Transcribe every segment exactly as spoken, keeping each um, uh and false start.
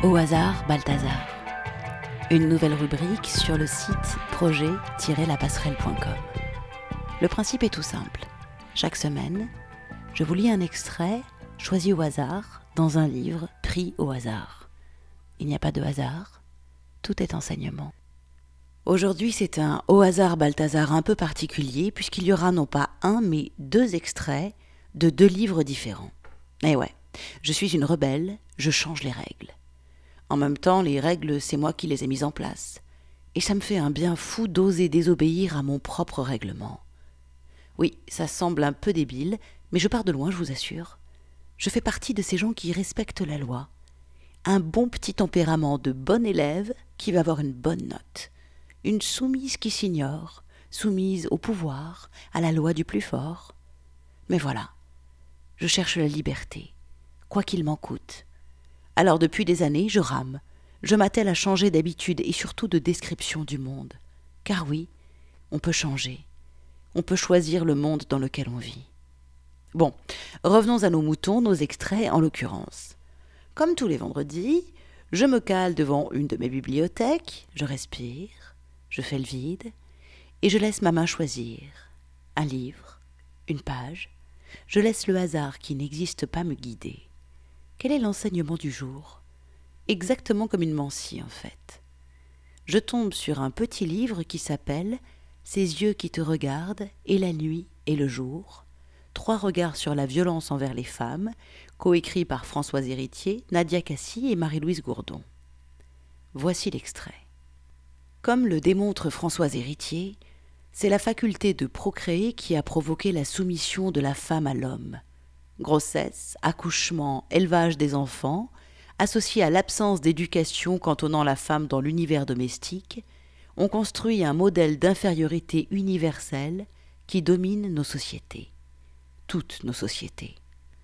Au hasard, Balthazar. Une nouvelle rubrique sur le site projet tiret la passerelle point com. Le principe est tout simple. Chaque semaine, je vous lis un extrait choisi au hasard dans un livre pris au hasard. Il n'y a pas de hasard, tout est enseignement. Aujourd'hui, c'est un au hasard Balthazar un peu particulier puisqu'il y aura non pas un mais deux extraits de deux livres différents. Eh ouais, je suis une rebelle, je change les règles. En même temps, les règles, c'est moi qui les ai mises en place. Et ça me fait un bien fou d'oser désobéir à mon propre règlement. Oui, ça semble un peu débile, mais je pars de loin, je vous assure. Je fais partie de ces gens qui respectent la loi. Un bon petit tempérament de bon élève qui va avoir une bonne note. Une soumise qui s'ignore, soumise au pouvoir, à la loi du plus fort. Mais voilà, je cherche la liberté, quoi qu'il m'en coûte. Alors depuis des années, je rame, je m'attelle à changer d'habitude et surtout de description du monde. Car oui, on peut changer, on peut choisir le monde dans lequel on vit. Bon, revenons à nos moutons, nos extraits en l'occurrence. Comme tous les vendredis, je me cale devant une de mes bibliothèques, je respire, je fais le vide, et je laisse ma main choisir. Un livre, une page, je laisse le hasard qui n'existe pas me guider. Quel est l'enseignement du jour ? Exactement comme une mancie, en fait. Je tombe sur un petit livre qui s'appelle « Ces yeux qui te regardent, et la nuit et le jour », trois regards sur la violence envers les femmes, coécrit par Françoise Héritier, Nadia Cassi et Marie-Louise Gourdon. Voici l'extrait. Comme le démontre Françoise Héritier, c'est la faculté de procréer qui a provoqué la soumission de la femme à l'homme. Grossesse, accouchement, élevage des enfants, associés à l'absence d'éducation cantonnant la femme dans l'univers domestique, ont construit un modèle d'infériorité universelle qui domine nos sociétés, toutes nos sociétés.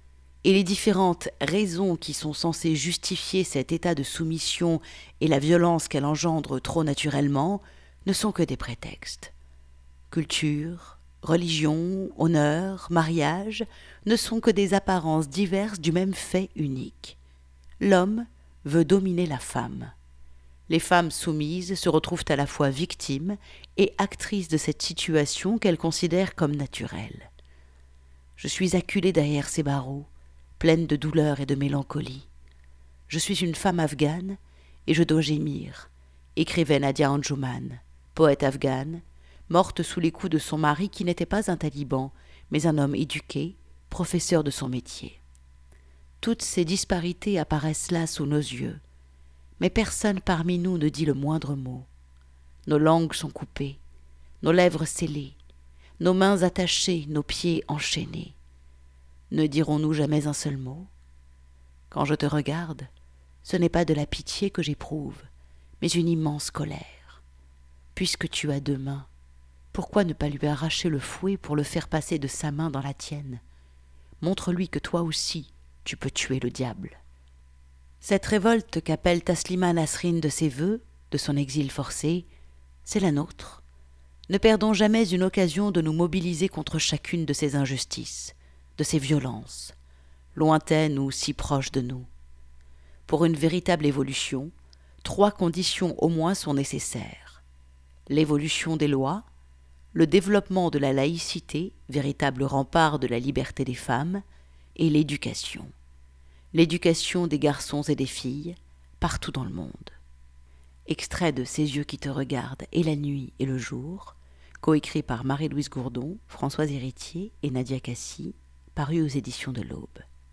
Et les différentes raisons qui sont censées justifier cet état de soumission et la violence qu'elle engendre trop naturellement ne sont que des prétextes. Culture, religion, honneur, mariage ne sont que des apparences diverses du même fait unique. L'homme veut dominer la femme. Les femmes soumises se retrouvent à la fois victimes et actrices de cette situation qu'elles considèrent comme naturelle. Je suis acculée derrière ces barreaux, pleine de douleur et de mélancolie. Je suis une femme afghane et je dois gémir, écrivait Nadia Anjuman, poète afghane, morte sous les coups de son mari qui n'était pas un taliban, mais un homme éduqué, professeur de son métier. Toutes ces disparités apparaissent là sous nos yeux, mais personne parmi nous ne dit le moindre mot. Nos langues sont coupées, nos lèvres scellées, nos mains attachées, nos pieds enchaînés. Ne dirons-nous jamais un seul mot ? Quand je te regarde, ce n'est pas de la pitié que j'éprouve, mais une immense colère. Puisque tu as deux mains, pourquoi ne pas lui arracher le fouet pour le faire passer de sa main dans la tienne ? Montre-lui que toi aussi, tu peux tuer le diable. Cette révolte qu'appelle Taslima Nasrine de ses vœux, de son exil forcé, c'est la nôtre. Ne perdons jamais une occasion de nous mobiliser contre chacune de ces injustices, de ces violences, lointaines ou si proches de nous. Pour une véritable évolution, trois conditions au moins sont nécessaires. L'évolution des lois, le développement de la laïcité, véritable rempart de la liberté des femmes, et l'éducation. L'éducation des garçons et des filles, partout dans le monde. Extrait de Ces yeux qui te regardent, et la nuit et le jour, coécrit par Marie-Louise Gourdon, Françoise Héritier et Nadia Cassi, paru aux éditions de l'Aube.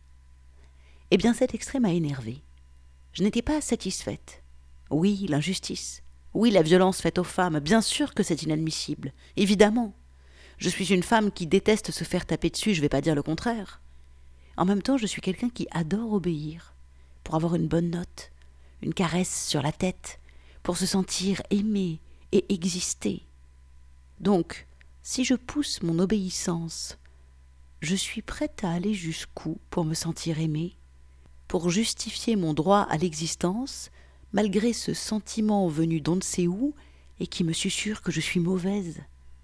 Eh bien, cet extrait m'a énervée. Je n'étais pas satisfaite. Oui, l'injustice. Oui, la violence faite aux femmes, bien sûr que c'est inadmissible, évidemment. Je suis une femme qui déteste se faire taper dessus, je ne vais pas dire le contraire. En même temps, je suis quelqu'un qui adore obéir, pour avoir une bonne note, une caresse sur la tête, pour se sentir aimé et exister. Donc, si je pousse mon obéissance, je suis prête à aller jusqu'où pour me sentir aimée, pour justifier mon droit à l'existence, malgré ce sentiment venu d'on ne sait où et qui me susurre que je suis mauvaise.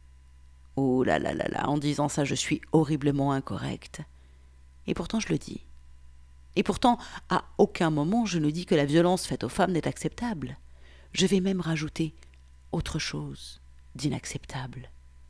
Oh là là là là, en disant ça, je suis horriblement incorrecte. Et pourtant je le dis. Et pourtant, à aucun moment je ne dis que la violence faite aux femmes n'est acceptable. Je vais même rajouter autre chose d'inacceptable.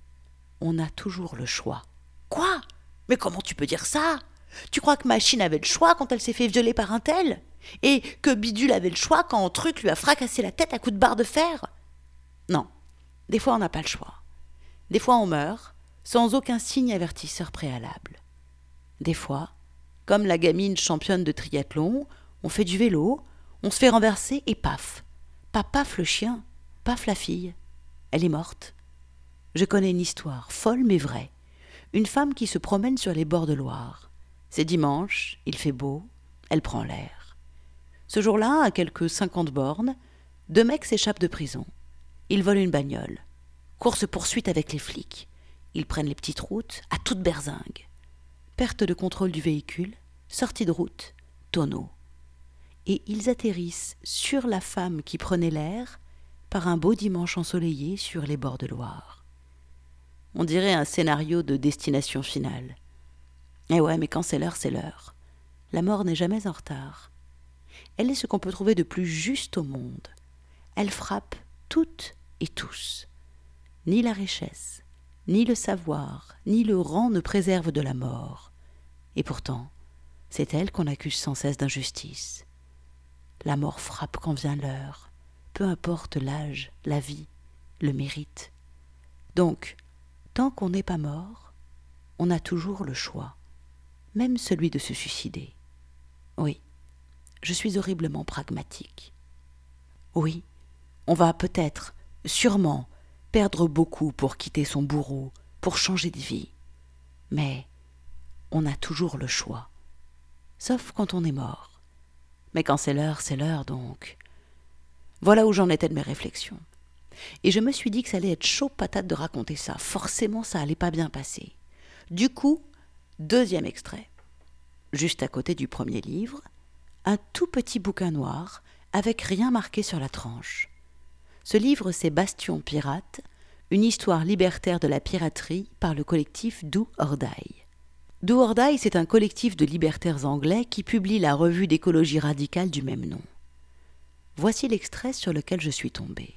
On a toujours le choix. Quoi ? Mais comment tu peux dire ça ? Tu crois que Machine avait le choix quand elle s'est fait violer par un tel ? Et que Bidule avait le choix quand un truc lui a fracassé la tête à coups de barre de fer ? Non, des fois on n'a pas le choix. Des fois on meurt sans aucun signe avertisseur préalable. Des fois, comme la gamine championne de triathlon, on fait du vélo, on se fait renverser et paf. Pas paf le chien, paf la fille. Elle est morte. Je connais une histoire, folle mais vraie. Une femme qui se promène sur les bords de Loire. C'est dimanche, il fait beau, elle prend l'air. Ce jour-là, à quelques cinquante bornes, deux mecs s'échappent de prison. Ils volent une bagnole. Course-poursuite avec les flics. Ils prennent les petites routes à toute berzingue. Perte de contrôle du véhicule, sortie de route, tonneau. Et ils atterrissent sur la femme qui prenait l'air par un beau dimanche ensoleillé sur les bords de Loire. On dirait un scénario de destination finale. Eh ouais, mais quand c'est l'heure, c'est l'heure. La mort n'est jamais en retard. Elle est ce qu'on peut trouver de plus juste au monde. Elle frappe toutes et tous. Ni la richesse, ni le savoir, ni le rang ne préservent de la mort. Et pourtant, c'est elle qu'on accuse sans cesse d'injustice. La mort frappe quand vient l'heure, peu importe l'âge, la vie, le mérite. Donc, tant qu'on n'est pas mort, on a toujours le choix, même celui de se suicider. Oui, je suis horriblement pragmatique. Oui, on va peut-être, sûrement, perdre beaucoup pour quitter son bourreau, pour changer de vie. Mais on a toujours le choix, sauf quand on est mort. Mais quand c'est l'heure, c'est l'heure donc. Voilà où j'en étais de mes réflexions. Et je me suis dit que ça allait être chaud patate de raconter ça. Forcément, ça allait pas bien passer. Du coup, deuxième extrait. Juste à côté du premier livre, un tout petit bouquin noir avec rien marqué sur la tranche. Ce livre, c'est Bastion pirate, une histoire libertaire de la piraterie par le collectif Do or Die. Do or Die, c'est un collectif de libertaires anglais qui publie la revue d'écologie radicale du même nom. Voici l'extrait sur lequel je suis tombée.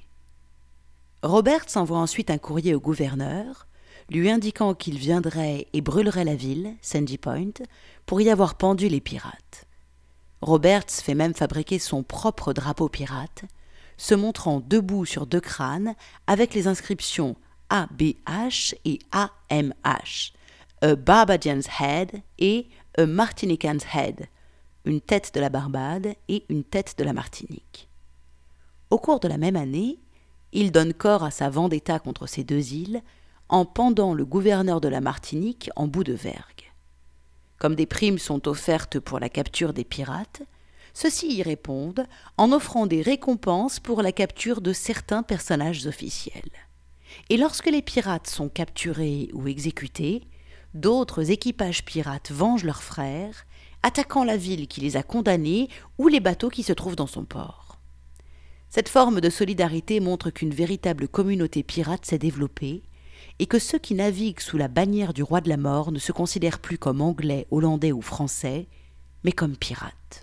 Roberts envoie ensuite un courrier au gouverneur, lui indiquant qu'il viendrait et brûlerait la ville, Sandy Point, pour y avoir pendu les pirates. Roberts fait même fabriquer son propre drapeau pirate, se montrant debout sur deux crânes avec les inscriptions A B H et A M H, A Barbadian's Head et A Martinican's Head, une tête de la Barbade et une tête de la Martinique. Au cours de la même année, il donne corps à sa vendetta contre ces deux îles en pendant le gouverneur de la Martinique en bout de vergue. Comme des primes sont offertes pour la capture des pirates, ceux-ci y répondent en offrant des récompenses pour la capture de certains personnages officiels. Et lorsque les pirates sont capturés ou exécutés, d'autres équipages pirates vengent leurs frères, attaquant la ville qui les a condamnés ou les bateaux qui se trouvent dans son port. Cette forme de solidarité montre qu'une véritable communauté pirate s'est développée et que ceux qui naviguent sous la bannière du roi de la mort ne se considèrent plus comme anglais, hollandais ou français, mais comme pirates.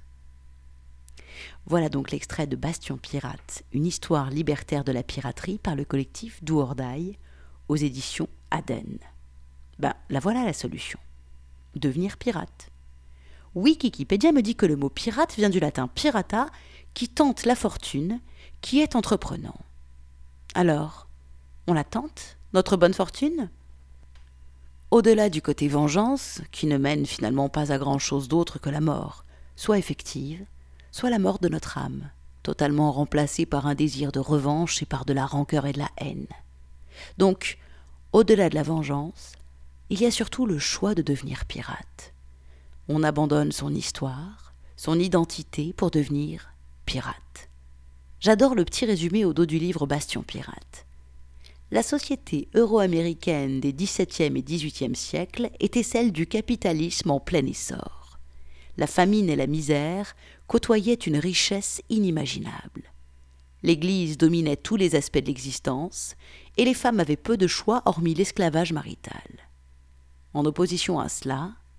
Voilà donc l'extrait de Bastion pirate, une histoire libertaire de la piraterie par le collectif Do or Die aux éditions Aden. Ben, la voilà la solution. Devenir pirate. Wikipédia me dit que le mot pirate vient du latin pirata, qui tente la fortune, qui est entreprenant. Alors, on la tente, notre bonne fortune ? Au-delà du côté vengeance, qui ne mène finalement pas à grand-chose d'autre que la mort, soit effective, soit la mort de notre âme, totalement remplacée par un désir de revanche et par de la rancœur et de la haine. Donc, au-delà de la vengeance, il y a surtout le choix de devenir pirate. On abandonne son histoire, son identité pour devenir pirate. J'adore le petit résumé au dos du livre Bastion pirate. La société euro-américaine des dix-septième et dix-huitième siècles était celle du capitalisme en plein essor. La famine et la misère côtoyaient une richesse inimaginable. L'Église dominait tous les aspects de l'existence et les femmes avaient peu de choix hormis l'esclavage marital. En opposition à cela,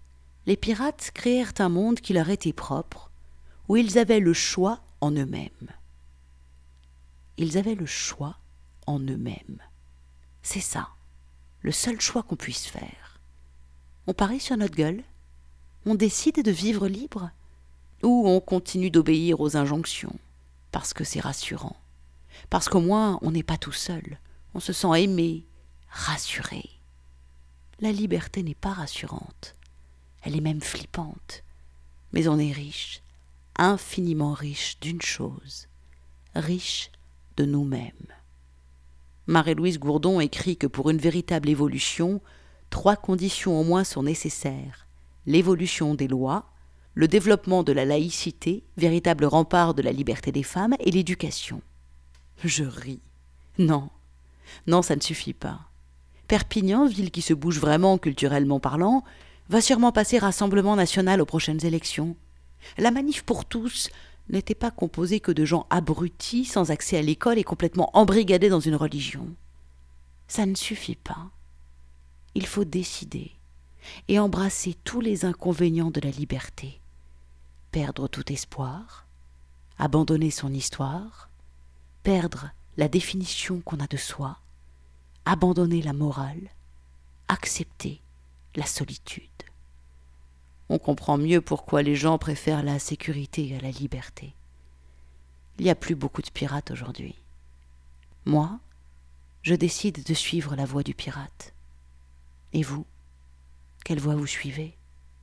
les pirates créèrent un monde qui leur était propre, où ils avaient le choix en eux-mêmes. Ils avaient le choix en eux-mêmes. C'est ça, le seul choix qu'on puisse faire. On parie sur notre gueule? On décide de vivre libre? Ou on continue d'obéir aux injonctions, parce que c'est rassurant, parce qu'au moins on n'est pas tout seul, on se sent aimé, rassuré. La liberté n'est pas rassurante, elle est même flippante, mais on est riche, infiniment riche d'une chose, riche de nous-mêmes. Marie-Louise Gourdon écrit que pour une véritable évolution, trois conditions au moins sont nécessaires: l'évolution des lois, le développement de la laïcité, véritable rempart de la liberté des femmes, et l'éducation. Je ris. Non, non, ça ne suffit pas. Perpignan, ville qui se bouge vraiment culturellement parlant, va sûrement passer Rassemblement national aux prochaines élections. La manif pour tous n'était pas composée que de gens abrutis, sans accès à l'école et complètement embrigadés dans une religion. Ça ne suffit pas. Il faut décider et embrasser tous les inconvénients de la liberté. Perdre tout espoir, abandonner son histoire, perdre la définition qu'on a de soi, abandonner la morale, accepter la solitude. On comprend mieux pourquoi les gens préfèrent la sécurité à la liberté. Il n'y a plus beaucoup de pirates aujourd'hui. Moi, je décide de suivre la voie du pirate. Et vous, quelle voie vous suivez ?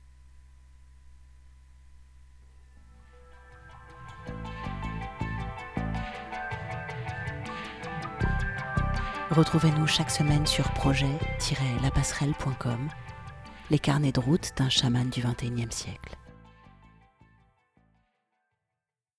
Retrouvez-nous chaque semaine sur projet tiret la passerelle point com, les carnets de route d'un chaman du vingt et unième siècle.